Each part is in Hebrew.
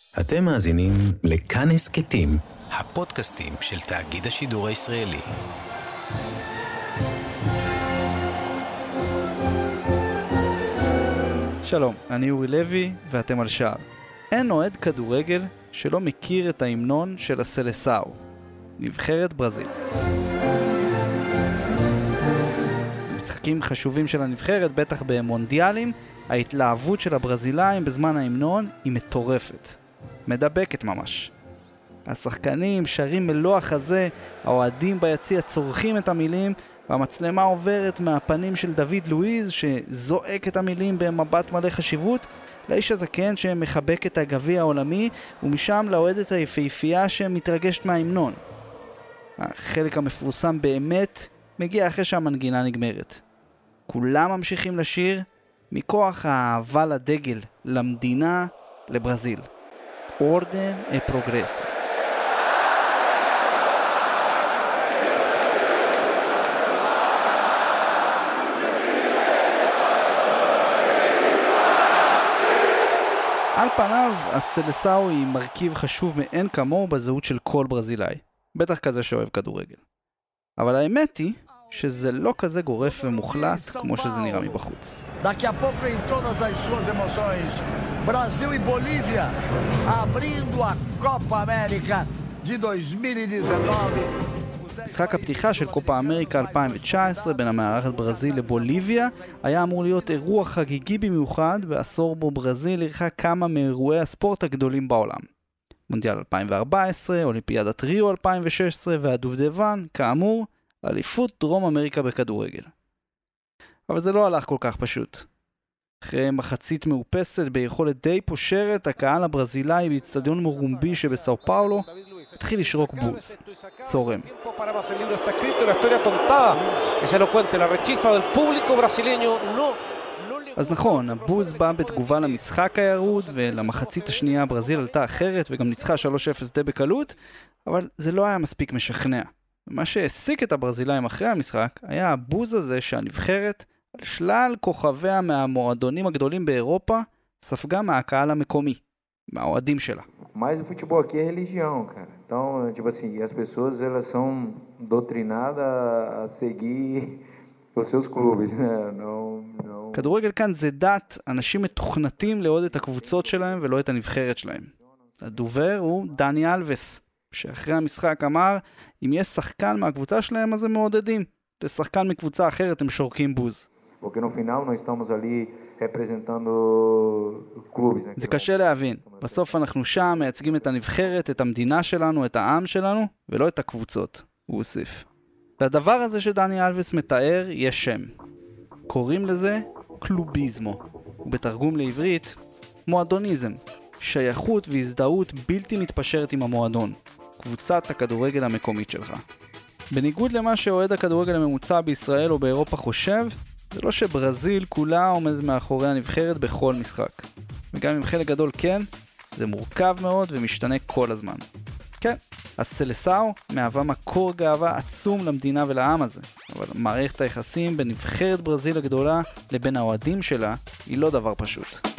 אתם מאזינים לכאן הסכתים, הפודקאסטים של תאגיד השידור הישראלי. שלום, אני אורי לוי ואתם על שער. אין אוהד כדורגל שלא מכיר את ההמנון של הסלסאו, נבחרת ברזיל. משחקים חשובים של הנבחרת, בטח במונדיאלים, ההתלהבות של הברזילאים בזמן ההמנון היא מטורפת. מדבקת ממש. השחקנים שרים מלוא החזה, האוהדים ביציע צורכים את המילים, והמצלמה עוברת מהפנים של דוד לואיז שזועק את המילים במבט מלא חשיבות, לאיש הזקן שמחבק את הגביע העולמי, ומשם לאוהדת היפהפייה שמתרגשת מההמנון. החלק המפורסם באמת מגיע אחרי שהמנגינה נגמרת. כולם ממשיכים לשיר מכוח האהבה לדגל, למדינה, לברזיל. Orden e Progreso. על פניו, הסלסאו היא מרכיב חשוב מאין כמוהו בזהות של כל ברזילאי, בטח כזה שאוהב כדורגל. אבל האמת היא שזה לא כזה גורף ומוחלט כמו שזה נראה מבחוץ. Daqui a pouco em todas as suas emoções, Brasil e Bolívia abrindo a Copa América de 2019. משחק הפתיחה של קופה אמריקה 2019 בין המארחת ברזיל לבוליביה היה אמור להיות אירוע חגיגי במיוחד בעשור בו ברזיל אירחה כמה מאירועי הספורט הגדולים בעולם. מונדיאל 2014, אולימפיאדת ריו 2016 והדובדבן, כאמור, אליפות דרום אמריקה בכדורגל. אבל זה לא הלך כל כך פשוט. אחרי מחצית מאופסת ביכולת די פושרת, הקהל הברזילאי באצטדיון מורומבי שבסאו פאולו התחיל לשרוק בוז. צורם. אז נכון, הבוז בא בתגובה למשחק הירוד, ולמחצית השנייה ברזיל עלתה אחרת וגם ניצחה 3-0 די בקלות, אבל זה לא היה מספיק משכנע. ומה שהעסיק את הברזילאים אחרי המשחק היה הבוז הזה שהנבחרת, על שלל כוכביה מהמועדונים הגדולים באירופה, ספגה מהקהל המקומי, מהאוהדים שלה. Mas o futebol aqui é religião, cara. Então, tipo assim, as pessoas elas são doutrinadas a seguir os seus clubes, né? Não. כדורגל כאן זה דת, אנשים מתוכנתים לעוד את הקבוצות שלהם ולא את הנבחרת שלהם. הדובר הוא דני אלווס, שאחרי המשחק אמר, אם יש שחקן מהקבוצה שלהם אז הם מעודדים. לשחקן מקבוצה אחרת הם שורקים בוז. Porque no final nós estamos ali representando clubes, né? זה קשה להבין. בסוף אנחנו שם מייצגים את הנבחרת, את המדינה שלנו, את העם שלנו, ולא את הקבוצות, הוא הוסיף. לדבר הזה שדני אלווס מתאר יש שם. קוראים לזה קלוביזמו, ובתרגום לעברית, מועדוניזם, שייכות והזדהות בלתי מתפשרת עם המועדון, קבוצת הכדורגל המקומית שלך. בניגוד למה שאוהד הכדורגל הממוצע בישראל או באירופה חושב, זה לא שברזיל כולה עומדת מאחורי הנבחרת בכל משחק. וגם אם חלק גדול כן, זה מורכב מאוד ומשתנה כל הזמן. כן, הסלסאו מהווה מקור גאווה עצום למדינה ולעם הזה, אבל מערכת היחסים בין נבחרת ברזיל הגדולה לבין האוהדים שלה היא לא דבר פשוט.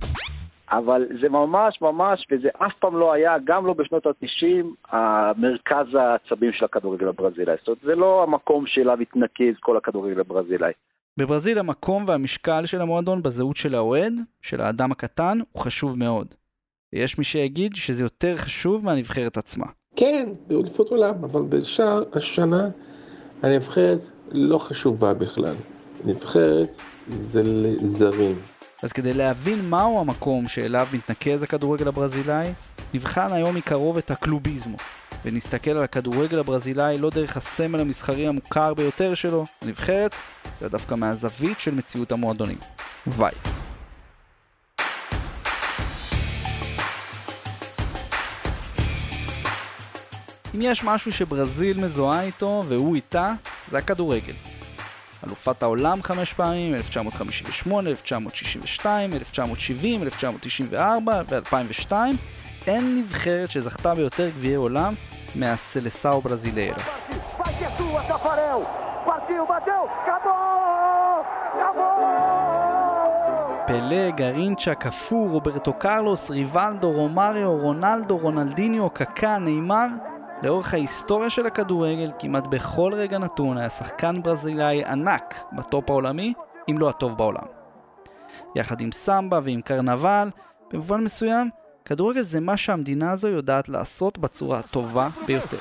אבל זה ממש, וזה אף פעם לא היה, גם לא בשנות ה-90, המרכז העצבים של הכדורגל הברזילאי. זאת אומרת, זה לא המקום שאליו התנקז כל הכדורגל הברזילאי. בברזיל המקום והמשקל של המועדון בזהות של האוהד, של האדם הקטן, הוא חשוב מאוד. ויש מי שיגיד שזה יותר חשוב מהנבחרת עצמה. כן, באליפות עולם, אבל בשאר השנה הנבחרת לא חשובה בכלל. נבחרת זה לזרים. אז כדי להבין מהו המקום שאליו מתנקז הכדורגל הברזילאי, נבחן היום מקרוב את הקלוביזמו, ונסתכל על הכדורגל הברזילאי לא דרך הסמל המסחרי המוכר ביותר שלו, הנבחרת, זה דווקא מהזווית של מציאות המועדונים. ביי. אם יש משהו שברזיל מזוהה איתו והוא איתה, זה הכדורגל. אלופת העולם 5 פעמים, 1958, 1962, 1970, 1994 ו-2002, אין נבחרת שזכתה ביותר גביעי עולם מהסלסאו ברזיליירה. פלה, גרינצ'ה, קפו, רוברטו קרלוס, ריבלדו, רומריו, רונלדו, רונלדיניו, קקה, ניימר. לאורך ההיסטוריה של הכדורגל, כמעט בכל רגע נתון היה שחקן ברזילאי ענק בטופ העולמי, אם לא הטוב בעולם. יחד עם סמבה ועם קרנבל, במובן מסוים, כדורגל זה מה שהמדינה הזו יודעת לעשות בצורה הטובה ביותר.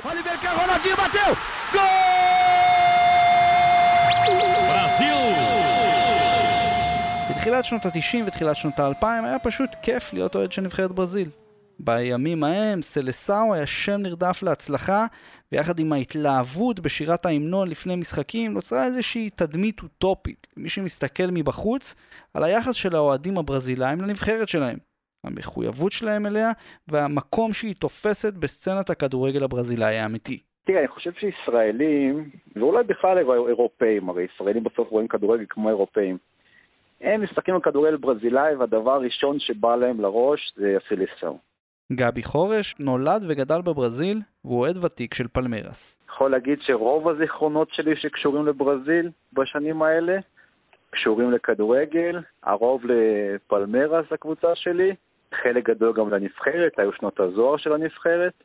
בתחילת שנות ה-90 ותחילת שנות ה-2000 היה פשוט כיף להיות אוהד של נבחרת ברזיל. בימים ההם סלסאו היה שם נרדף להצלחה, ויחד עם ההתלהבות בשירת ההמנון לפני משחקים נוצרה איזושהי תדמית אוטופית, מי שמסתכל מבחוץ על היחס של האוהדים הברזילאים לנבחרת שלהם, המחויבות שלהם אליה והמקום שהיא תופסת בסצנת הכדורגל הברזילאי האמיתי. תראה, אני חושב שישראלים, ואולי בכלל אירופאים, הרי ישראלים בסוף רואים כדורגל כמו אירופאים, הם מסתכלים על כדורגל ברזילאי והדבר הראשון שבא להם לראש זה הסלסאו. גבי חורש נולד וגדל בברזיל והוא אוהד ותיק של פלמרס. יכול להגיד שרוב הזיכרונות שלי שקשורים לברזיל בשנים האלה קשורים לכדורגל, הרוב לפלמרס הקבוצה שלי, חלק גדול גם לנבחרת, היו שנות הזוהר של הנבחרת,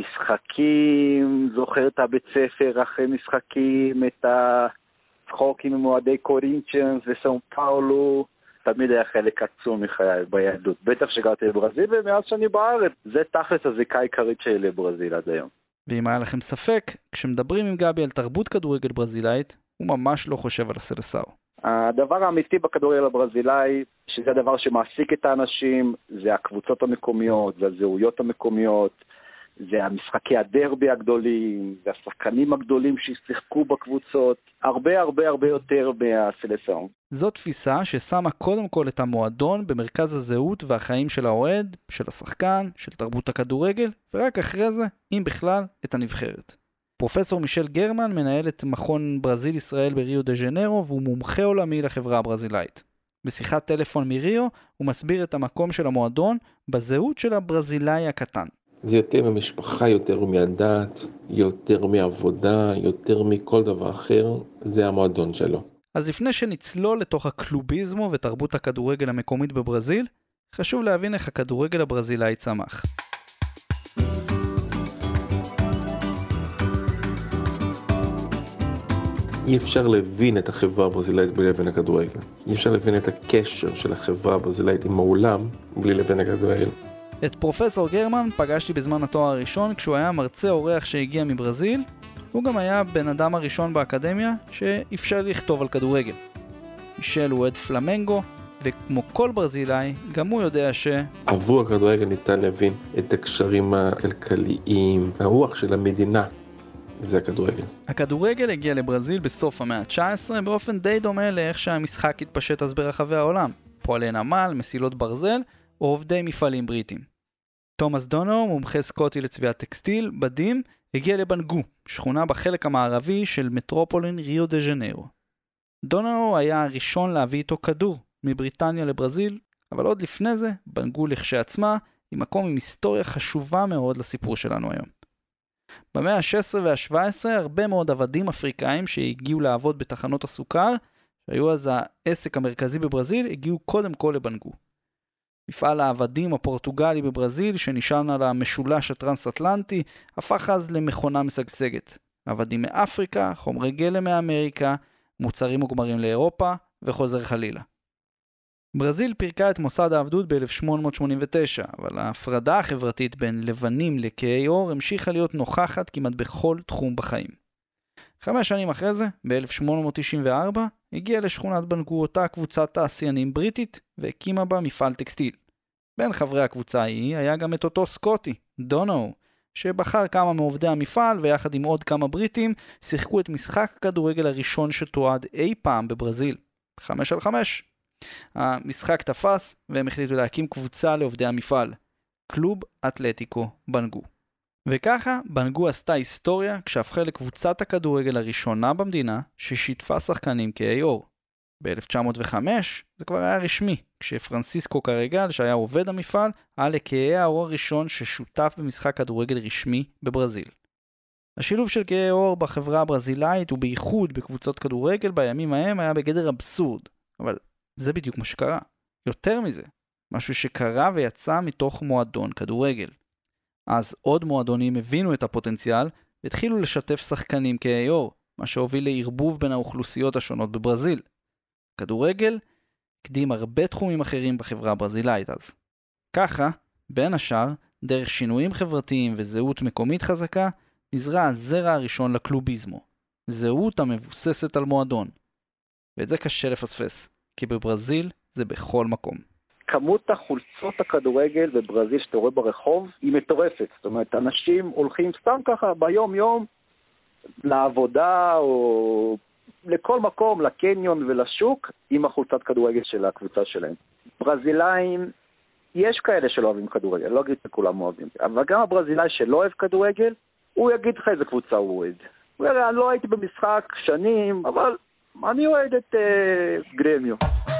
משחקים, זוכר את הבית ספר אחרי משחקים, את הצחוקים עם מועדי קורינצ'נס וסאו פאולו, תמיד היה חלק עצום מחיי בילדות, בטח שגרתי לברזיל ומאז שאני בארץ, זה תכלס הזיקה העיקרית שלי לברזיל עד היום. ואם היה לכם ספק, כשמדברים עם גבי על תרבות כדורגל ברזילאית, הוא ממש לא חושב על הסלסאו. הדבר האמיתי בכדורגל הברזילאי, שזה הדבר שמעסיק את האנשים, זה הקבוצות המקומיות, זה הזהויות המקומיות, זה המשחקי הדרבי הגדולים, זה השחקנים הגדולים ששיחקו בקבוצות, הרבה הרבה הרבה יותר מהסלסאו. זו תפיסה ששמה קודם כל את המועדון במרכז הזהות והחיים של האוהד, של השחקן, של תרבות הכדורגל, ורק אחרי זה, אם בכלל, את הנבחרת. פרופסור מישל גרמן מנהל את מכון ברזיל ישראל בריו דה ז'נרו, והוא מומחה עולמי לחברה הברזילאית. בשיחת טלפון מריו, הוא מסביר את המקום של המועדון בזהות של הברזילאי הקטן. זה יותר ממשפחה, יותר מהדת, יותר מעבודה, יותר מכל דבר אחר, זה המועדון שלו. אז לפני שנצלול לתוך הקלוביזמו ותרבות הכדורגל המקומית בברזיל, חשוב להבין איך הכדורגל הברזילאי צמח. אי אפשר להבין את החברה הברזילאית בלי לבין הכדורגל. אי אפשר להבין את הקשר של החברה הברזילאית עם העולם בלי לבין הכדורגל. את פרופסור גרמן פגשתי בזמן התואר הראשון כשהוא היה מרצה אורח שהגיע מברזיל. הוא גם היה בן אדם הראשון באקדמיה שאפשר לכתוב על כדורגל. מישל הוא אוהד פלמנגו, וכמו כל ברזילאי, גם הוא יודע עבור הכדורגל ניתן להבין את הקשרים הכלכליים, הרוח של המדינה. זה הכדורגל. הכדורגל הגיע לברזיל בסוף המאה ה-19 באופן די דומה לאיך שהמשחק התפשט אז ברחבי העולם. פועלי נמל, מסילות ברזל או עובדי מפעלים בריטים. תומאס דונו, מומחה סקוטי לצביעת טקסטיל, בדים, הגיע לבנגו, שכונה בחלק המערבי של מטרופולין ריו דה ז'נרו. דונו היה הראשון להביא איתו כדור מבריטניה לברזיל, אבל עוד לפני זה, בנגו לכשעצמה, היא מקום עם היסטוריה חשובה מאוד לסיפור שלנו היום. במאה ה-16 וה-17 הרבה מאוד עבדים אפריקאים שהגיעו לעבוד בתחנות הסוכר, שהיו אז העסק המרכזי בברזיל, הגיעו קודם כל לבנגו. מפעל העבדים הפורטוגלי בברזיל, שנשען על המשולש הטרנס-אטלנטי, הפך אז למכונה משגשגת. עבדים מאפריקה, חומרי גלם מאמריקה, מוצרים מוגמרים לאירופה, וחוזר חלילה. ברזיל פירקה את מוסד העבדות ב-1889, אבל ההפרדה החברתית בין לבנים לקהי עור המשיכה להיות נוכחת כמעט בכל תחום בחיים. 5 שנים אחרי זה, ב-1894, הגיעה לשכונת בנגו אותה קבוצת תעשיינים בריטית והקימה בה מפעל טקסטיל. בין חברי הקבוצה ההיא היה גם את אותו סקוטי, דונו, שבחר כמה מעובדי המפעל ויחד עם עוד כמה בריטים שיחקו את משחק הכדורגל הראשון שתועד אי פעם בברזיל, 5-5. המשחק תפס והם החליטו להקים קבוצה לעובדי המפעל, קלוב אתלטיקו בנגו. וככה בנגו עשתה היסטוריה כשהפכה לקבוצת הכדורגל הראשונה במדינה ששיתפה שחקנים כהי עור. ב-1905 זה כבר היה רשמי, כשפרנסיסקו קרגל שהיה עובד המפעל היה לכהי העור הראשון ששותף במשחק כדורגל רשמי בברזיל. השילוב של כהי עור בחברה הברזילאית ובייחוד בקבוצות כדורגל בימים ההם היה בגדר אבסורד, אבל זה בדיוק מה שקרה. יותר מזה, משהו שקרה ויצא מתוך מועדון כדורגל. אז עוד מועדונים הבינו את הפוטנציאל והתחילו לשתף שחקנים כאיור, מה שהוביל לערבוב בין האוכלוסיות השונות בברזיל. כדורגל הקדים הרבה תחומים אחרים בחברה הברזילאית אז. ככה, בין השאר, דרך שינויים חברתיים וזהות מקומית חזקה, נזרע הזרע הראשון לקלוביזמו. זהות המבוססת על מועדון. ואת זה קשה לפספס, כי בברזיל זה בכל מקום. כמות החולצות הכדורגל בברזיל שאתה רואה ברחוב היא מטורפת. זאת אומרת, אנשים הולכים סתם ככה ביום יום לעבודה או לכל מקום, לקניון ולשוק, עם החולצת כדורגל של הקבוצה שלהם. ברזילאים, יש כאלה שלא אוהבים כדורגל, לא אגיד שכולם אוהבים. אבל גם הברזילאי שלא אוהב כדורגל, הוא יגיד לך איזה קבוצה הוא אוהד. הוא יגיד, אני לא הייתי במשחק שנים, אבל אני אוהד את גרמיו.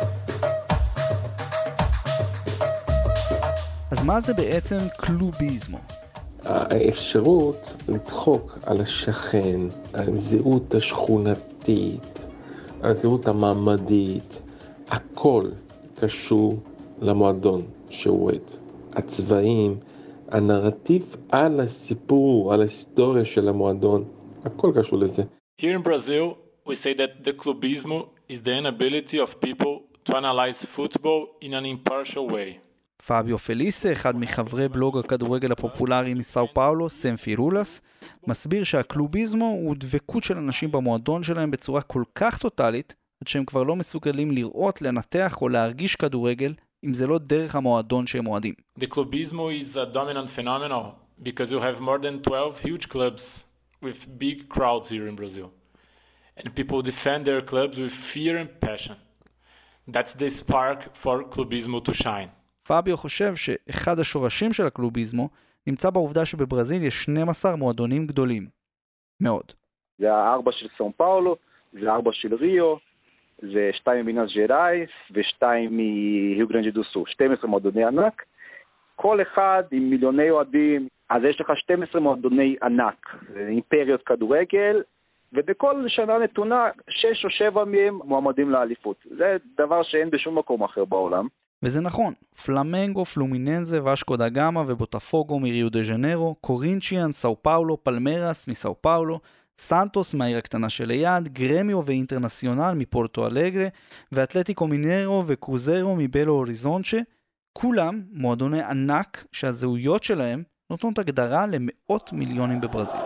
אז מה זה בעצם קלוביזמו? האפשרות לצחוק על השכן, הזהות השכונתית, הזהות המעמדית, הכל קשור למועדון שהוא אוהד. הצבעים, הנרטיב על הסיפור, על ההיסטוריה של המועדון, הכל קשור לזה. Here in Brazil, we say that the clubismo is the inability of people to analyze football in an impartial way. פאביו פליסה, אחד מחברי בלוג הכדורגל הפופולרי מסאו פאולו, סמפירולס, מסביר שהקלוביזמו הוא דבקות של אנשים במועדון שלהם בצורה כל כך טוטלית, עד שהם כבר לא מסוגלים לראות, לנתח או להרגיש כדורגל, אם זה לא דרך המועדון שהם אוהדים. The clubismo is a dominant phenomenon because you have more than 12 huge clubs with big crowds here in Brazil. And people defend their clubs with fear and passion. That's the spark for clubismo to shine. פאביו חושב שאחד השורשים של הקלוביזמו נמצא בעובדה שבברזיל יש 12 מועדונים גדולים. מאוד. זה 4 של סאו פאולו, זה 4 של ריו, זה 2 ממינס ג'רייס ו2 מריו גרנדה דו סול. 12 מועדוני ענק. כל אחד עם מיליוני אוהדים. אז יש לך 12 מועדוני ענק. זה אימפריות כדורגל. ובכל שנה נתונה 6 או 7 מהם מועמדים לאליפות. זה דבר שאין בשום מקום אחר בעולם. וזה נכון, פלמנגו, פלומיננזה, ואשקו דה גאמה ובוטפוגו מריו דה ז'נרו, קורינצ'יאן, סאו פאולו, פלמרס מסאו פאולו, סנטוס מהעיר הקטנה שליד, גרמיו ואינטרנציונל מפורטו אלגרה, ואתלטיקו מינרו וקרוזרו מבלו אוריזונצ'ה, כולם מועדוני ענק שהזהויות שלהם נותנות הגדרה למאות מיליונים בברזיל.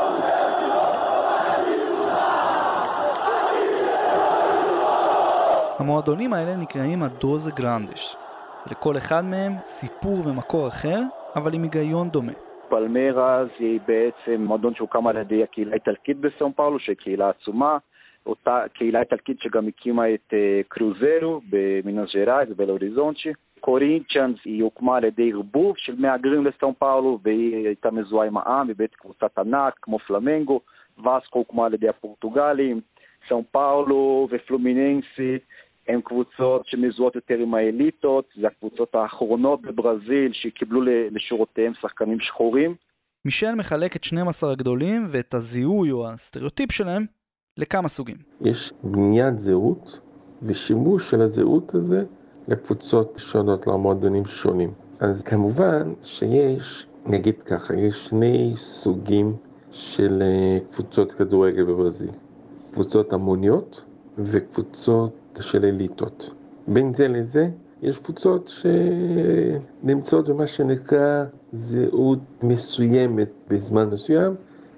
המועדונים האלה נקראים הדוזה גרנדש. לכל אחד מהם סיפור ומקור אחר, אבל עם היגיון דומה. פלמרס היא בעצם מועדון שהוקם על ידי הקהילה האיטלקית בסאו פאולו, שהיא קהילה עצומה. אותה קהילה איטלקית שגם הקימה את קרוזרו במינס ג'רייס, בלו אוריזונצ'ה. קורינצ'יאנס היא הוקמה על ידי ערבוב של מהגרים לסאו פאולו, והיא הייתה מזוהה עם העם, היא בעצם קבוצת ענק כמו פלמנגו. ואסקו הוקמה על ידי הפורטוגלים. סאו פאולו ופלומיננסי הם קבוצות שמזוהות יותר עם האליטות, זה הקבוצות האחרונות בברזיל שקיבלו לשורותיהם שחקנים שחורים. מישל מחלק את 12 הגדולים ואת הזיהוי או הסטריאוטיפ שלהם לכמה סוגים. יש בניית זהות ושימוש של הזהות הזה לקבוצות שונות, למועדונים שונים. אז כמובן שיש, נגיד ככה, יש 2 סוגים של קבוצות כדורגל בברזיל. קבוצות המוניות וקבוצות של אליטות. בין זה לזה יש קבוצות שנמצאות במה שנקרא זהות מסוימת בזמן מסוים,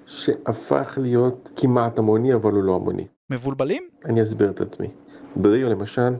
שהפך להיות כמעט המוני אבל הוא לא המוני. מבולבלים? אני אסביר את עצמי. בריו למשל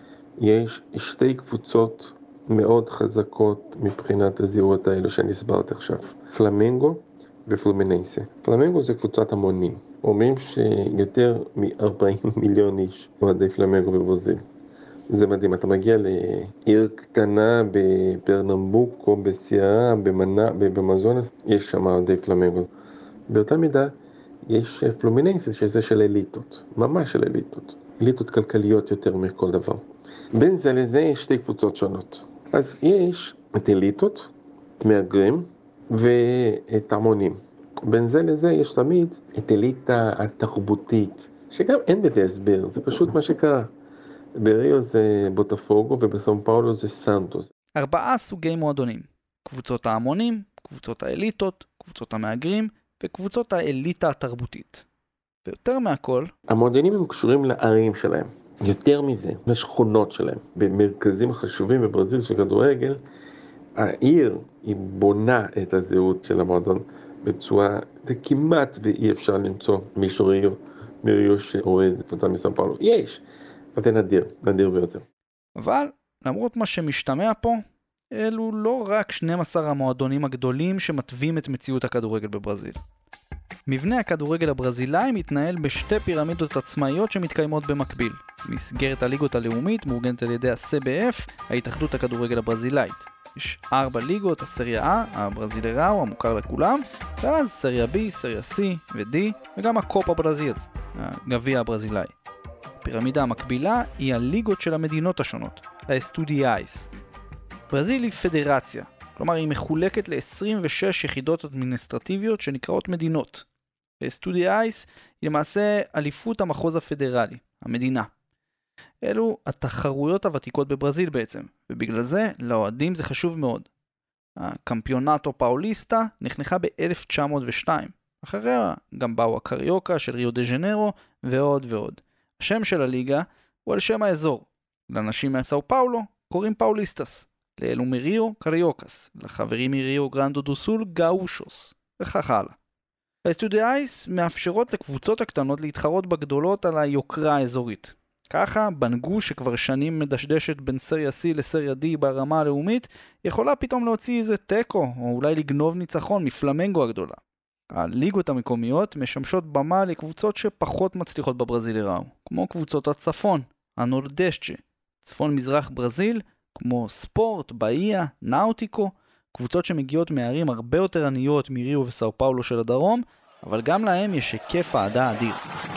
יש 2 קבוצות מאוד חזקות מבחינת הזהות האלו שאני הסברתי עכשיו. פלמנגו ופלומיננסה. פלמנגו זה קבוצת המונים. אומרים שיותר מ-40 מיליון איש אוהדי פלמנגו בברזיל. זה מדהים, אתה מגיע לעיר קטנה בפרנמבוקו, בסיארה, במזונס, יש שם אוהדי פלמנגו. באותה מידה יש פלומיננסה שזה של אליטות, ממש של אליטות. אליטות כלכליות יותר מכל דבר. בין זה לזה יש 2 קבוצות שונות. אז יש את אליטות, את מהגרים ואת המונים. בין זה לזה יש תמיד את אליטה התרבותית, שגם אין בזה הסבר, זה פשוט מה שקרה. בריו זה בוטפוגו ובסאו פאולו זה סנטוס. 4 סוגי מועדונים: קבוצות ההמונים, קבוצות האליטות, קבוצות המהגרים וקבוצות האליטה התרבותית. ויותר מהכל, המועדונים הם קשורים לערים שלהם. יותר מזה, לשכונות שלהם. במרכזים חשובים בברזיל של כדורגל, העיר היא בונה את הזהות של המועדון בצורה, זה כמעט ואי אפשר למצוא מישהו מריו שאוהד קבוצה מסאו פאולו. יש, אבל זה נדיר ביותר. אבל למרות מה שמשתמע פה, אלו לא רק 12 המועדונים הגדולים שמתווים את מציאות הכדורגל בברזיל. מבנה הכדורגל הברזילאי מתנהל בשתי פירמידות עצמאיות שמתקיימות במקביל. מסגרת הליגות הלאומית מאורגנת על ידי ה-CBF, ההתאחדות הכדורגל הברזילאית. יש 4 ליגות, הסריה A, הברזילראו, המוכר לכולם, ואז סריה B, סריה C ו-D, וגם הקופה ברזיל, הגביע הברזילאי. הפירמידה המקבילה היא הליגות של המדינות השונות, האסטודיאיס. ברזיל היא פדרציה, כלומר היא מחולקת ל-26 יחידות אדמיניסטרטיביות שנקראות מדינות. האסטודיאיס היא למעשה אליפות המחוז הפדרלי, המדינה. אלו התחרויות הוותיקות בברזיל בעצם, ובגלל זה לאוהדים זה חשוב מאוד. הקמפיונטו פאוליסטה נחנכה ב-1902. אחריה גם באו הקריוקה של ריו דה ז'נרו ועוד ועוד. השם של הליגה הוא על שם האזור. לאנשים מסאו פאולו קוראים פאוליסטס. לאלו מריו קריוקס. לחברים מריו גרנדו דו סול גאושוס. וכך הלאה. האסטודיאיס מאפשרות לקבוצות הקטנות להתחרות בגדולות על היוקרה האזורית. ככה, בנגו שכבר שנים מדשדשת בין סריה C לסריה D ברמה הלאומית, יכולה פתאום להוציא איזה טקו, או אולי לגנוב ניצחון מפלמנגו הגדולה. הליגות המקומיות משמשות במה לקבוצות שפחות מצליחות בברזילראו, כמו קבוצות הצפון, הנורדשצ'ה, צפון מזרח ברזיל, כמו ספורט, באיה, נאוטיקו, קבוצות שמגיעות מערים הרבה יותר עניות מריו וסאו פאולו של הדרום, אבל גם להם יש היקף אהדה אדיר.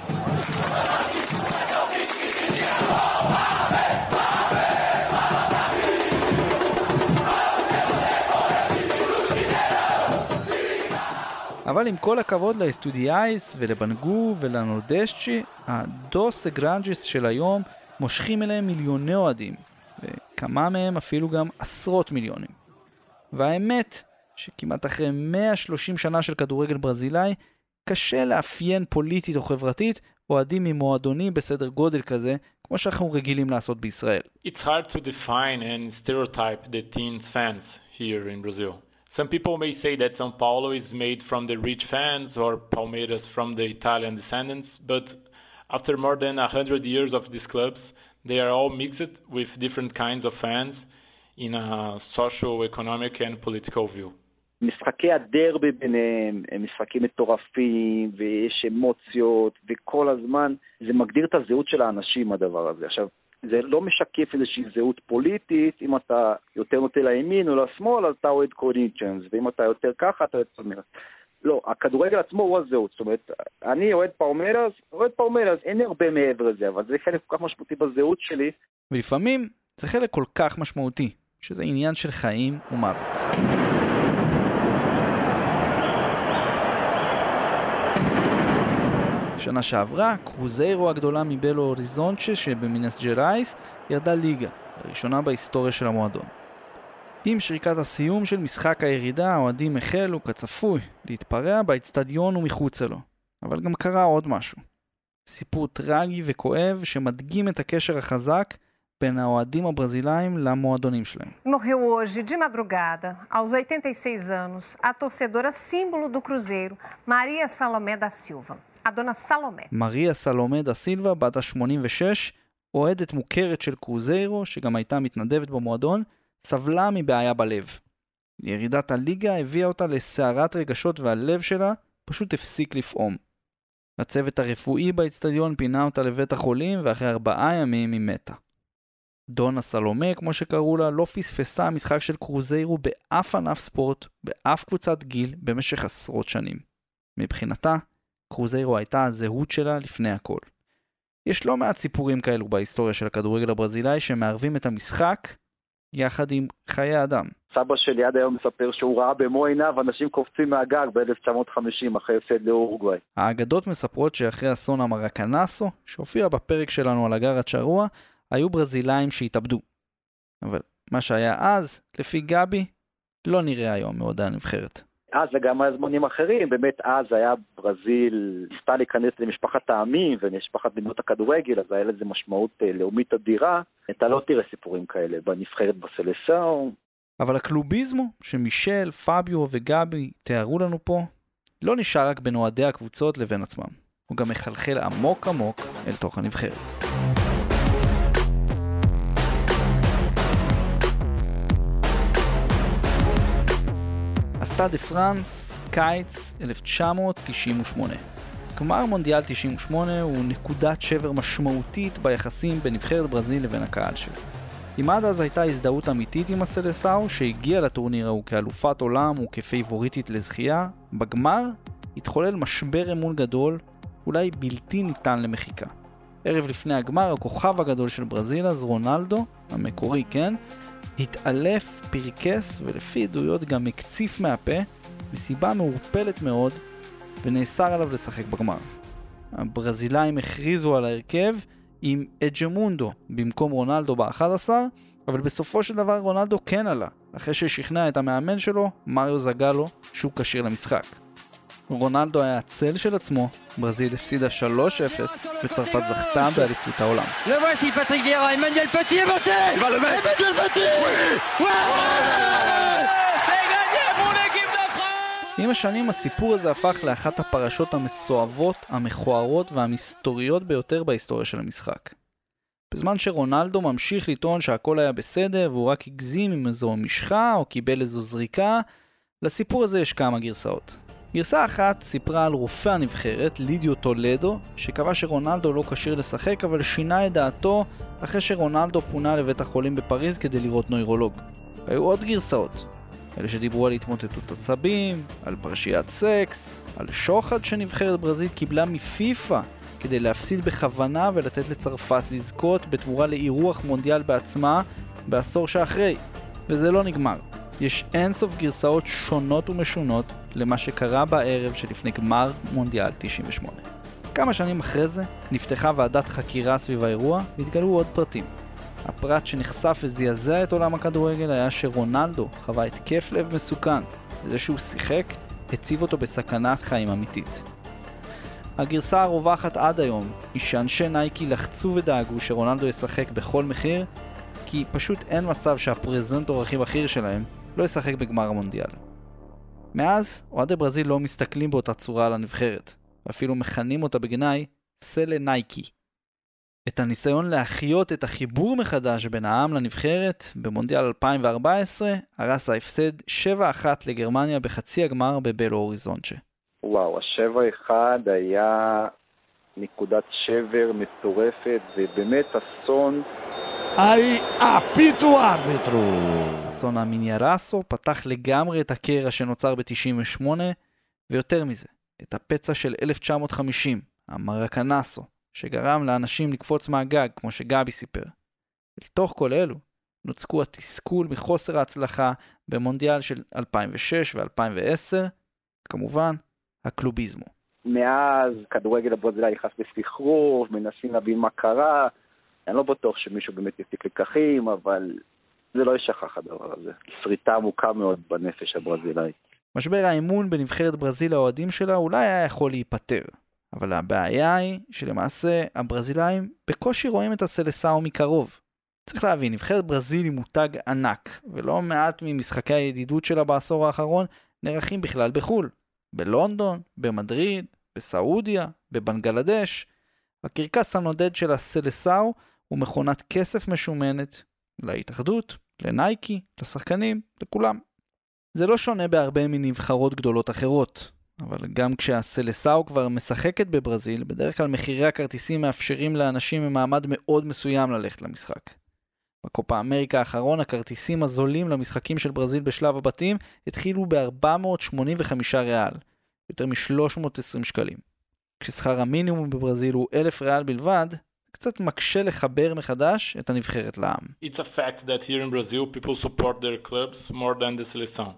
אבל עם כל הכבוד לאסטודיאיס ולבנגו ולנורדשצ'י, הדוס אגרנג'יס של היום מושכים אליהם מיליוני אוהדים, וכמה מהם אפילו גם עשרות מיליונים. והאמת שכמעט אחרי 130 שנה של כדורגל ברזילאי, קשה לאפיין פוליטית או חברתית אוהדים ממועדונים בסדר גודל כזה, כמו שאנחנו רגילים לעשות בישראל. It's hard to define and stereotype the team's fans here in Brazil. Some people may say that São Paulo is made from the rich fans or Palmeiras from the Italian descendants, but after more than 100 years of these clubs, they are all mixed with different kinds of fans in a social, economic and political view. משחקי הדרבי ביניהם הם משחקים מטורפים ויש אמוציות וכל הזמן זה מגדיר את הזהות של האנשים הדבר הזה. עכשיו זה לא משקף איזושהי זהות פוליטית, אם אתה יותר נוטה לימין או לשמאל אז אתה אוהד קורינתיאנס, ואם אתה יותר ככה אתה אוהד פלמיירס. לא, הכדורגל עצמו הוא הזהות, זאת אומרת אני אוהד פלמיירס, אין הרבה מעבר לזה, אבל זה חלק כל כך משמעותי בזהות שלי. ולפעמים זה חלק כל כך משמעותי, שזה עניין של חיים ומוות. שנה שעברה, קרוזיירו הגדולה מבלו אוריזונצ'ה שבמינס ג'רייס ירדה ליגה, לראשונה בהיסטוריה של המועדון. עם שריקת הסיום של משחק הירידה, האוהדים החלו כצפוי להתפרע באצטדיון ומחוצה לו. אבל גם קרה עוד משהו. סיפור טרגי וכואב שמדגים את הקשר החזק בין האוהדים הברזילאים למועדונים שלהם. Morreu hoje de madrugada, aos 86 anos, a torcedora símbolo do Cruzeiro, Maria Salomé da Silva. a dona Salomé. מריה סלומé דה סילבה, בת ה-86, אוהדת מוכרת של קרוזיירו, שגם הייתה מתנדבת במועדון, סבלה מבעיה בלב. ירידת הליגה הביאה אותה לסערת רגשות והלב שלה פשוט הפסיק לפעום. הצוות הרפואי באצטדיון פינה אותה לבית החולים ואחרי 4 ימים היא מתה. דונה סלומé, כמו שקראו לה, לא פספסה משחק של קרוזיירו באף ענף ספורט, באף קבוצת גיל, במשך עשרות שנים. מבחינתה, קרוזיירו הייתה הזהות שלה לפני הכל. יש לא מעט סיפורים כאלו בהיסטוריה של הכדורגל הברזילאי שמערבים את המשחק יחד עם חיי אדם. סבא שלי עד היום מספר שהוא ראה במו עיניו אנשים קופצים מהגג ב-1950 אחרי הפסד לאורוגוואי. האגדות מספרות שאחרי אסון המרקנסו, שהופיע בפרק שלנו על הגר הצ'רוע, היו ברזילאים שהתאבדו. אבל מה שהיה אז, לפי גבי, לא נראה היום מאוד הנבחרת. אז וגם הזמנים אחרים, באמת אז היה ברזיל, ניסתה להיכנס למשפחת העמים ומשפחת מדינות הכדורגל, אז היה לזה משמעות לאומית אדירה. אתה לא תראה סיפורים כאלה בנבחרת בסלסאו. אבל הקלוביזמו שמישל, פאביו וגבי תיארו לנו פה, לא נשאר רק בין אוהדי הקבוצות לבין עצמם. הוא גם מחלחל עמוק עמוק אל תוך הנבחרת. הסטאד דה פרנס, קיץ 1998. גמר מונדיאל 98 הוא נקודת שבר משמעותית ביחסים בין נבחרת ברזיל לבין הקהל שלה. אם עד אז הייתה הזדהות אמיתית עם הסלסאו שהגיע לטורניר הוא כאלופת עולם וכפייבוריטית לזכייה, בגמר התחולל משבר אמון גדול, אולי בלתי ניתן למחיקה. ערב לפני הגמר, הכוכב הגדול של ברזיל, אז רונלדו, המקורי כן, התעלף, פרקס ולפי עדויות גם הקציף מהפה, מסיבה מעורפלת מאוד, ונאסר עליו לשחק בגמר. הברזילאים הכריזו על ההרכב עם אג'מונדו במקום רונלדו ב-11, אבל בסופו של דבר רונלדו כן עלה, אחרי ששכנע את המאמן שלו, מריו זגלו, שהוא כשיר למשחק. רונלדו היה הצל של עצמו, ברזיל הפסידה 3-0 וצרפת זכתה באליפות העולם. עם השנים הסיפור הזה הפך לאחת הפרשות המסועבות, המכוערות והמסתוריות ביותר בהיסטוריה של המשחק. בזמן שרונלדו ממשיך לטעון שהכל היה בסדר והוא רק הגזים עם איזו משחה או קיבל איזו זריקה, לסיפור הזה יש כמה גרסאות. גרסה אחת סיפרה על רופא הנבחרת, לידיו טולדו, שקבע שרונלדו לא כשיר לשחק, אבל שינה את דעתו אחרי שרונלדו פונה לבית החולים בפריז כדי לראות נוירולוג. היו עוד גרסאות, אלה שדיברו על התמוטטות עצבים, על פרשיית סקס, על שוחד שנבחרת ברזיל קיבלה מפיפה כדי להפסיד בכוונה ולתת לצרפת לזכות בתמורה לאירוח מונדיאל בעצמה בעשור שאחרי. וזה לא נגמר. יש אינסוף גרסאות שונות ומשונות למה שקרה בערב שלפני גמר מונדיאל 98. כמה שנים אחרי זה נפתחה ועדת חקירה סביב האירוע והתגלו עוד פרטים. הפרט שנחשף וזעזע את עולם הכדורגל היה שרונלדו חווה התקף לב מסוכן, וזה שהוא שיחק הציב אותו בסכנת חיים אמיתית. הגרסה הרווחת עד היום היא שאנשי נייקי לחצו ודאגו שרונלדו ישחק בכל מחיר, כי פשוט אין מצב שהפרזנטור הכי בכיר שלהם לא ישחק בגמר המונדיאל. מאז, אוהדי ברזיל לא מסתכלים באותה צורה על הנבחרת, ואפילו מכנים אותה בגנאי סלה נייקי. את הניסיון להחיות את החיבור מחדש בין העם לנבחרת במונדיאל 2014 הרס ההפסד 7-1 לגרמניה בחצי הגמר בבלו הוריזונצ'ה. וואו, ה7-1 היה נקודת שבר מטורפת, ובאמת אסון. Aí apita o árbitro. אסון המיניארסו פתח לגמרי את הקרע שנוצר ב-98, ויותר מזה, את הפצע של 1950, המרקנסו, שגרם לאנשים לקפוץ מהגג, כמו שגבי סיפר. ולתוך כל אלו, נוצקו התסכול מחוסר ההצלחה במונדיאל של 2006 ו-2010, כמובן, הקלוביזמו. מאז כדורגל הברזילאי נכנס בסחרור, מנסים להבין מה קרה, אני לא בטוח שמישהו באמת יפיק לקחים, אבל זה לא ישכח הדבר הזה. שריטה עמוקה מאוד בנפש הברזילאי. משבר האמון בנבחרת ברזיל האוהדים שלה אולי היה יכול להיפטר. אבל הבעיה היא שלמעשה הברזילאים בקושי רואים את הסלסאו מקרוב. צריך להבין, נבחרת ברזיל היא מותג ענק, ולא מעט ממשחקי הידידות שלה בעשור האחרון נערכים בכלל בחול. בלונדון, במדריד, בסעודיה, בבנגלדש. הקרקס הנודד של הסלסאו הוא מכונת כסף משומנת להתאחדות, לנייקי, לשחקנים, לכולם. זה לא שונה בהרבה מנבחרות גדולות אחרות, אבל גם כשהסלסאו כבר משחקת בברזיל, בדרך כלל מחירי הכרטיסים מאפשרים לאנשים ממעמד מאוד מסוים ללכת למשחק. בקופה אמריקה האחרון, הכרטיסים הזולים למשחקים של ברזיל בשלב הבתים התחילו ב-485 ריאל, יותר מ-320 שקלים. כששכר המינימום בברזיל הוא 1,000 ריאל בלבד, קצת מקשה לחבר מחדש את הנבחרת לעם. It's a fact that here in Brazil people support their clubs more than the seleção.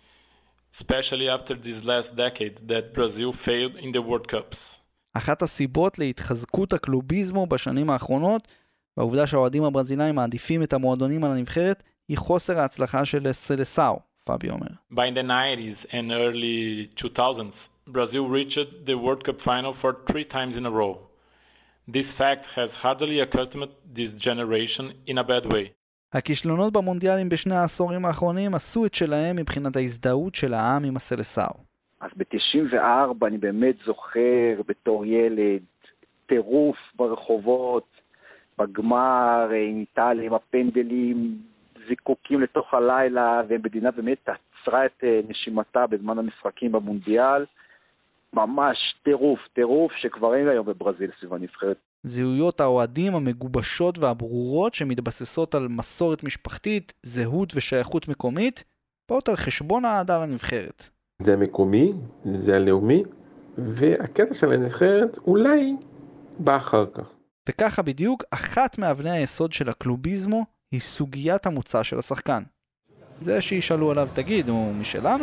Especially after this last decade that Brazil failed in the World Cups. אחת הסיבות להתחזקות הקלוביזמו בשנים האחרונות, והעובדה שהאוהדים הברזילאים מעדיפים את המועדונים על הנבחרת היא חוסר ההצלחה של סלסאו, פאבי אומר. By the 90s and early 2000s, Brazil reached the World Cup final for 3 times in a row. This fact has hardly accustomed this generation in a bad way. הכישלונות במונדיאלים בשני העשורים האחרונים עשו את שלהם מבחינת ההזדהות של העם עם הסלסאו. אז ב-94 אני באמת זוכר בתור ילד טירוף ברחובות, בגמר עם איטליה, עם הפנדלים, זיקוקים לתוך הלילה, ומדינה באמת עצרה את נשימתה בזמן המשחקים במונדיאל. ממש טירוף שכבר אין היום בברזיל סביב הנבחרת. זהויות האוהדים המגובשות והברורות שמתבססות על מסורת משפחתית, זהות ושייכות מקומית, באות על חשבון האהדה לנבחרת. זה המקומי, זה הלאומי, והקטע של הנבחרת אולי בא אחר כך. וככה בדיוק אחת מאבני היסוד של הקלוביזמו היא סוגיית המוצא של השחקן. זה שישאלו עליו, תגיד, הוא משלנו?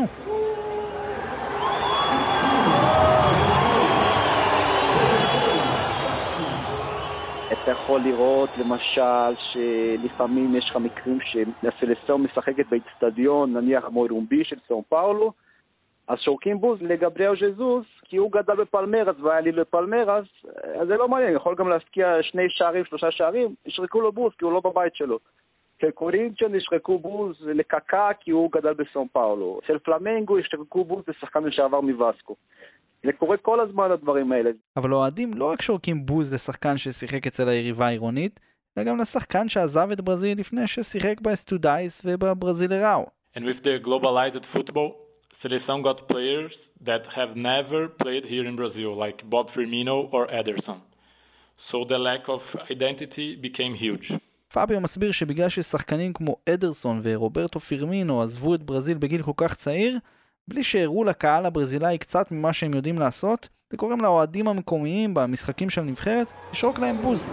אתה יכול לראות למשל שלפעמים יש לך מקרים שהסלסאו משחקת באצטדיון, נניח מוירומבי של סאו פאולו, אז שורקים בוז לגבריאל ז'זוס, כי הוא גדל בפלמרס והיה לי לפלמרס, אז זה לא מעניין, יכול גם להסקיע 2 שערים, 3 שערים, ישרקו לו בוז כי הוא לא בבית שלו. של קורינצ'ן ישרקו בוז לקקה כי הוא גדל בסאו פאולו, של פלמנגו ישרקו בוז לשחקן לשעבר מווסקו. זה קורה כל הזמן הדברים האלה. אבל אוהדים לא רק שורקים בוז לשחקן ששיחק אצל היריבה העירונית, אלא גם לשחקן שעזב את ברזיל לפני ששיחק באסטודאיס ובברזילראו. And with the globalized football, Seleção got players that have never played here in Brazil, like Bob Firmino or Ederson. So the lack of identity became huge. פאביו מסביר שבגלל ששחקנים כמו אדרסון ורוברטו פירמינו עזבו את ברזיל בגיל כל כך צעיר, בלי שהראו לקהל הברזילאי קצת ממה שהם יודעים לעשות, זה קוראים לאוהדים המקומיים במשחקים של הנבחרת לשרוק להם בוז.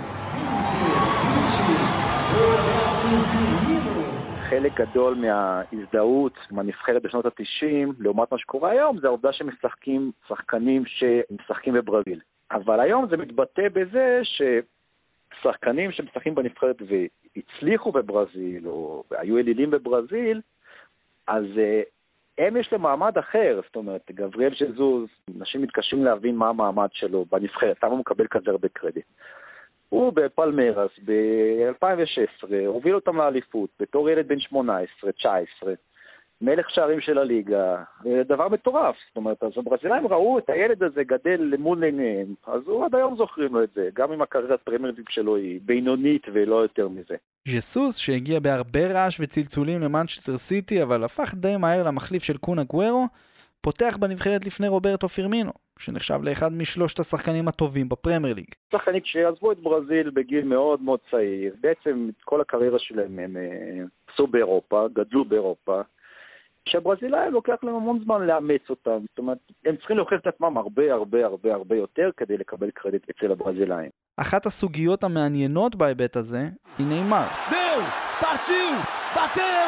חלק גדול מההזדהות מהנבחרת בשנות ה-90, לעומת מה שקורה היום, זה העובדה שמשחקים שחקנים שמשחקים בברזיל. אבל היום זה מתבטא בזה ששחקנים שמשחקים בנבחרת והצליחו בברזיל, או היו אלילים בברזיל, אז הם יש להם מעמד אחר, זאת אומרת, גבריאל ז'זוס, אנשים מתקשים להבין מה המעמד שלו בנבחרת, למה הוא מקבל כזה הרבה קרדיט. הוא בפלמרס ב-2016, הוביל אותם לאליפות, בתור ילד בן 18, 19, מלך שערים של הליגה, דבר מטורף, זאת אומרת, אז הברזילאים ראו את הילד הזה גדל למול עיניהם, אז הוא עד היום זוכרים לו את זה, גם אם הקריירת פרמייר ליג שלו היא בינונית ולא יותר מזה. ז'סוס, שהגיע בהרבה רעש וצלצולים למנצ'סטר סיטי, אבל הפך די מהר למחליף של קון אגוארו, פותח בנבחרת לפני רוברטו פירמינו, שנחשב לאחד משלושת השחקנים הטובים בפרמייר ליג. שחקנים שעזבו את ברזיל בגיל מאוד מאוד צעיר, בעצם כל הקריירה שלהם הם עשו באירופה, גדלו באירופה, שהברזילאים לוקח להם המון זמן לאמץ אותם, זאת אומרת, הם צריכים להוכיח את עצמם הרבה יותר כדי לקבל קרדיט אצל הברזילאים. אחת הסוגיות המעניינות בהיבט הזה היא ניימר. Deu! Partiu! Bateu!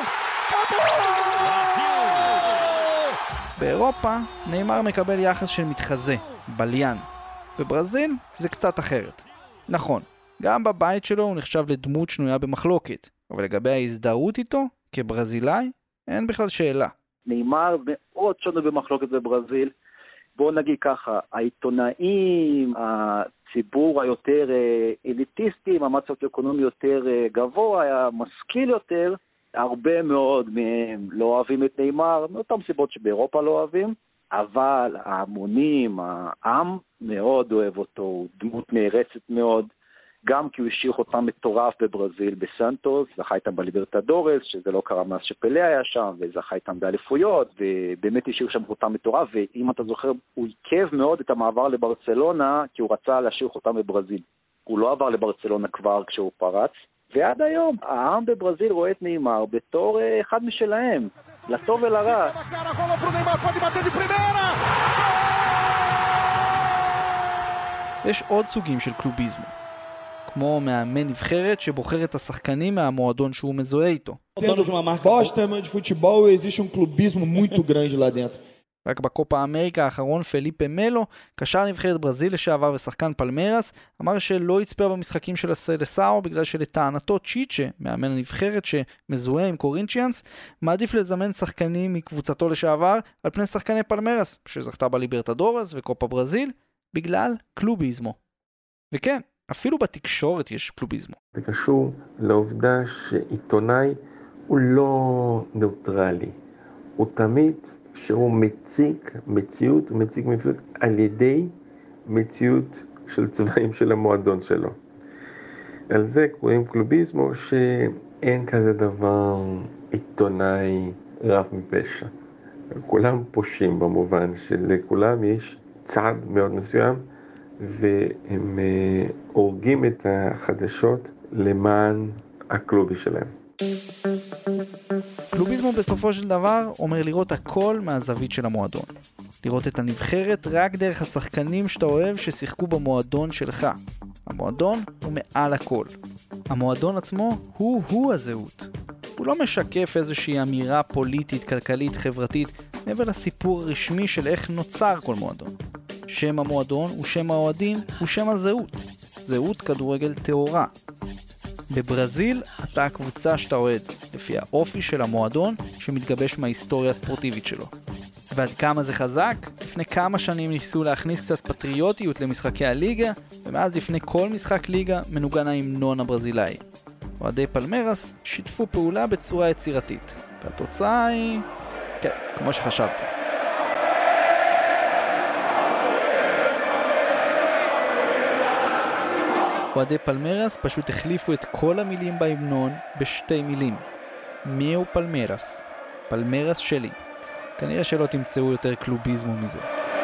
באירופה ניימר מקבל יחס של מתחזה, בליין. בברזיל זה קצת אחרת. נכון, גם בבית שלו הוא נחשב לדמות שנויה במחלוקת, אבל לגבי ההזדהות איתו, כברזילאי, אין בכלל שאלה. ניימר מאוד שונה במחלוקת בברזיל. בואו נגיד ככה, העיתונאים, הציבור היותר אליטיסטי, המעמד סוציו-אקונומי יותר גבוה, משכיל יותר, הרבה מאוד מהם לא אוהבים את ניימר, מאותן סיבות שבאירופה לא אוהבים, אבל ההמונים, העם מאוד אוהב אותו, הוא דמות נערצת מאוד, גם כי הוא השאיר אותם מטורף בברזיל בסנטוס, זכה איתם בליברטדורס, שזה לא קרה מאז שפלה היה שם, וזכה איתם באליפויות, ובאמת השאיר שם אותם מטורף, ואם אתה זוכר, הוא עיכב מאוד את המעבר לברצלונה, כי הוא רצה להשאיר אותם בברזיל. הוא לא עבר לברצלונה כבר כשהוא פרץ, ועד היום, העם בברזיל רואה את ניימר בתור אחד משלהם, לטוב ולרע. יש עוד סוגים של קלוביזמו. כמו מאמן נבחרת שבוחר את השחקנים מהמועדון שהוא מזוהה איתו. Pós também de futebol existe clubismo muito grande lá dentro. רק בקופה אמריקה האחרון פליפה מלו, קשר נבחרת ברזיל לשעבר ושחקן פלמרס, אמר שלא יצפה במשחקים של הסלסאו בגלל שלטענתו צ'יצ'ה, מאמן הנבחרת שמזוהה עם קורינצ'יאנס, מעדיף לזמן שחקנים מקבוצתו לשעבר על פני שחקני פלמרס, שזכתה בליברטדורס וקופה ברזיל, בגלל קלוביזמו. וכן, אפילו בתקשורת יש קלוביזמו. זה קשור לעובדה שעיתונאי הוא לא נאוטרלי. הוא תמיד שהוא מציג מציאות, הוא מציג מציאות על ידי מציאות של צבעים של המועדון שלו. על זה קוראים קלוביזמו, שאין כזה דבר עיתונאי רב מפשע. כולם פושעים במובן שלכולם יש צעד מאוד מסוים, והם הורגים את החדשות למען הקלובי שלהם. קלוביזמו בסופו של דבר אומר לראות הכל מהזווית של המועדון. לראות את הנבחרת רק דרך השחקנים שאתה אוהב ששיחקו במועדון שלך. המועדון הוא מעל הכל. המועדון עצמו הוא הזהות. הוא לא משקף איזושהי אמירה פוליטית, כלכלית, חברתית, מעבר לסיפור הרשמי של איך נוצר כל מועדון. שם המועדון הוא שם האוהדים, הוא שם הזהות. זהות כדורגל טהורה. בברזיל אתה הקבוצה שאתה אוהד, לפי האופי של המועדון שמתגבש מההיסטוריה הספורטיבית שלו. ועד כמה זה חזק? לפני כמה שנים ניסו להכניס קצת פטריוטיות למשחקי הליגה, ומאז לפני כל משחק ליגה מנוגן ההמנון הברזילאי. אוהדי פלמרס שיתפו פעולה בצורה יצירתית, והתוצאה היא... כן, כמו שחשבתי. אוהדי פלמרס פשוט החליפו את כל המילים בהמנון בשתי מילים. מיהו פלמרס? פלמרס שלי. כנראה שלא תמצאו יותר קלוביזמו מזה.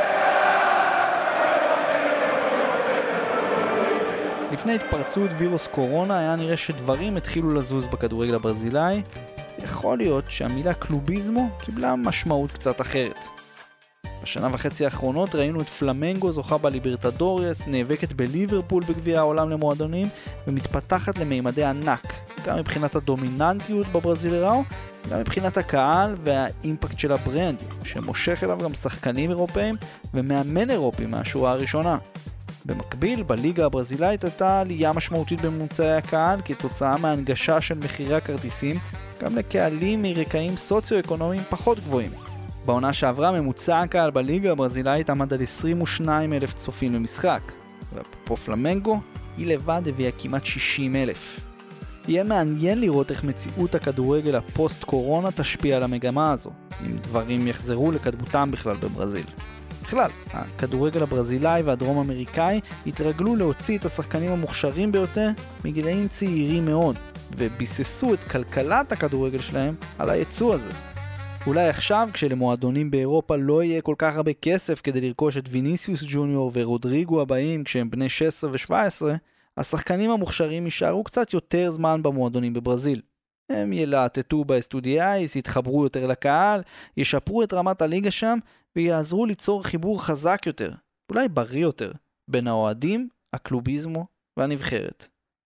לפני התפרצות וירוס קורונה היה נראה שדברים התחילו לזוז בכדורגל הברזילאי. יכול להיות שהמילה קלוביזמו קיבלה משמעות קצת אחרת. בשנה וחצי האחרונות ראינו את פלמנגו זוכה בליברטדורס, נאבקת בליברפול בגביע העולם למועדונים ומתפתחת למימדי ענק, גם מבחינת הדומיננטיות בברזילראו, גם מבחינת הקהל והאימפקט של הברנד, שמושך אליו גם שחקנים אירופאים ומאמן אירופי מהשורה הראשונה. במקביל, בליגה הברזילאית הייתה עלייה משמעותית בממוצעי הקהל כתוצאה מהנגשה של מחירי הכרטיסים גם לקהלים מרקעים סוציו-אקונומיים פחות גבוהים. בעונה שעברה ממוצע הקהל בליגה הברזילאית עמד על 22,000 צופים למשחק, ואפרופו פלמנגו, היא לבד הביאה כמעט 60,000. יהיה מעניין לראות איך מציאות הכדורגל הפוסט קורונה תשפיע על המגמה הזו, אם דברים יחזרו לקדמותם בכלל בברזיל. בכלל, הכדורגל הברזילאי והדרום אמריקאי התרגלו להוציא את השחקנים המוכשרים ביותר מגילאים צעירים מאוד, וביססו את כלכלת הכדורגל שלהם על הייצוא הזה. אולי עכשיו, כשלמועדונים באירופה לא יהיה כל כך הרבה כסף כדי לרכוש את ויניסיוס ג'וניור ורודריגו הבאים כשהם בני 16 ו-17, השחקנים המוכשרים יישארו קצת יותר זמן במועדונים בברזיל. הם ילעטטו באסטודיאייס, יתחברו יותר לקהל, ישפרו את רמת הליגה שם ויעזרו ליצור חיבור חזק יותר, אולי בריא יותר, בין האוהדים, הקלוביזמו והנבחרת.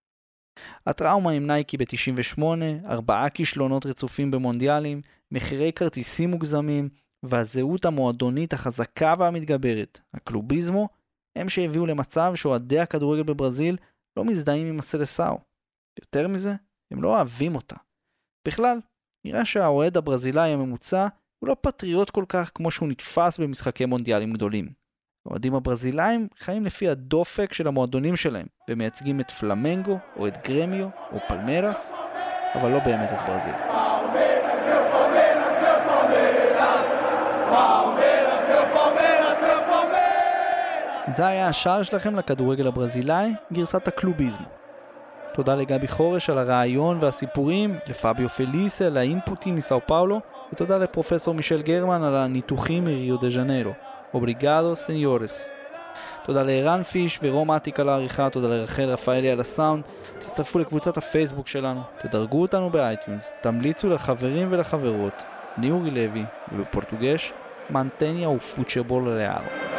הטראומה עם נייקי ב-98, 4 כישלונות רצופים במונדיאלים, מחירי כרטיסים מוגזמים, והזהות המועדונית החזקה והמתגברת, הקלוביזמו, הם שהביאו למצב שאוהדי הכדורגל בברזיל לא מזדהים עם הסלסאו. יותר מזה, הם לא אוהבים אותה. בכלל, נראה שהאוהד הברזילאי הממוצע הוא לא פטריוט כל כך כמו שהוא נתפס במשחקי מונדיאלים גדולים. האוהדים הברזילאים חיים לפי הדופק של המועדונים שלהם, ומייצגים את פלמנגו, או את גרמיו, או פלמרס, אבל לא באמת את ברזיל. זה היה השער שלכם לכדורגל הברזילאי, גרסת הקלוביזמו. תודה לגבי חורש על הרעיון והסיפורים, לפאביו פליסה על האינפוטים מסאו פאולו, ותודה לפרופסור מישל גרמן על הניתוחים מריו דה ז'נרו. אובריגדו סניורס. תודה לערן פיש ורום עתיק על העריכה, תודה לרחל רפאלי על הסאונד. תצטרפו לקבוצת הפייסבוק שלנו, תדרגו אותנו באייטיונס, תמליצו לחברים ולחברות. אני אורי לוי, ובפורטוגש, מנטניה ופוטבול ריאל.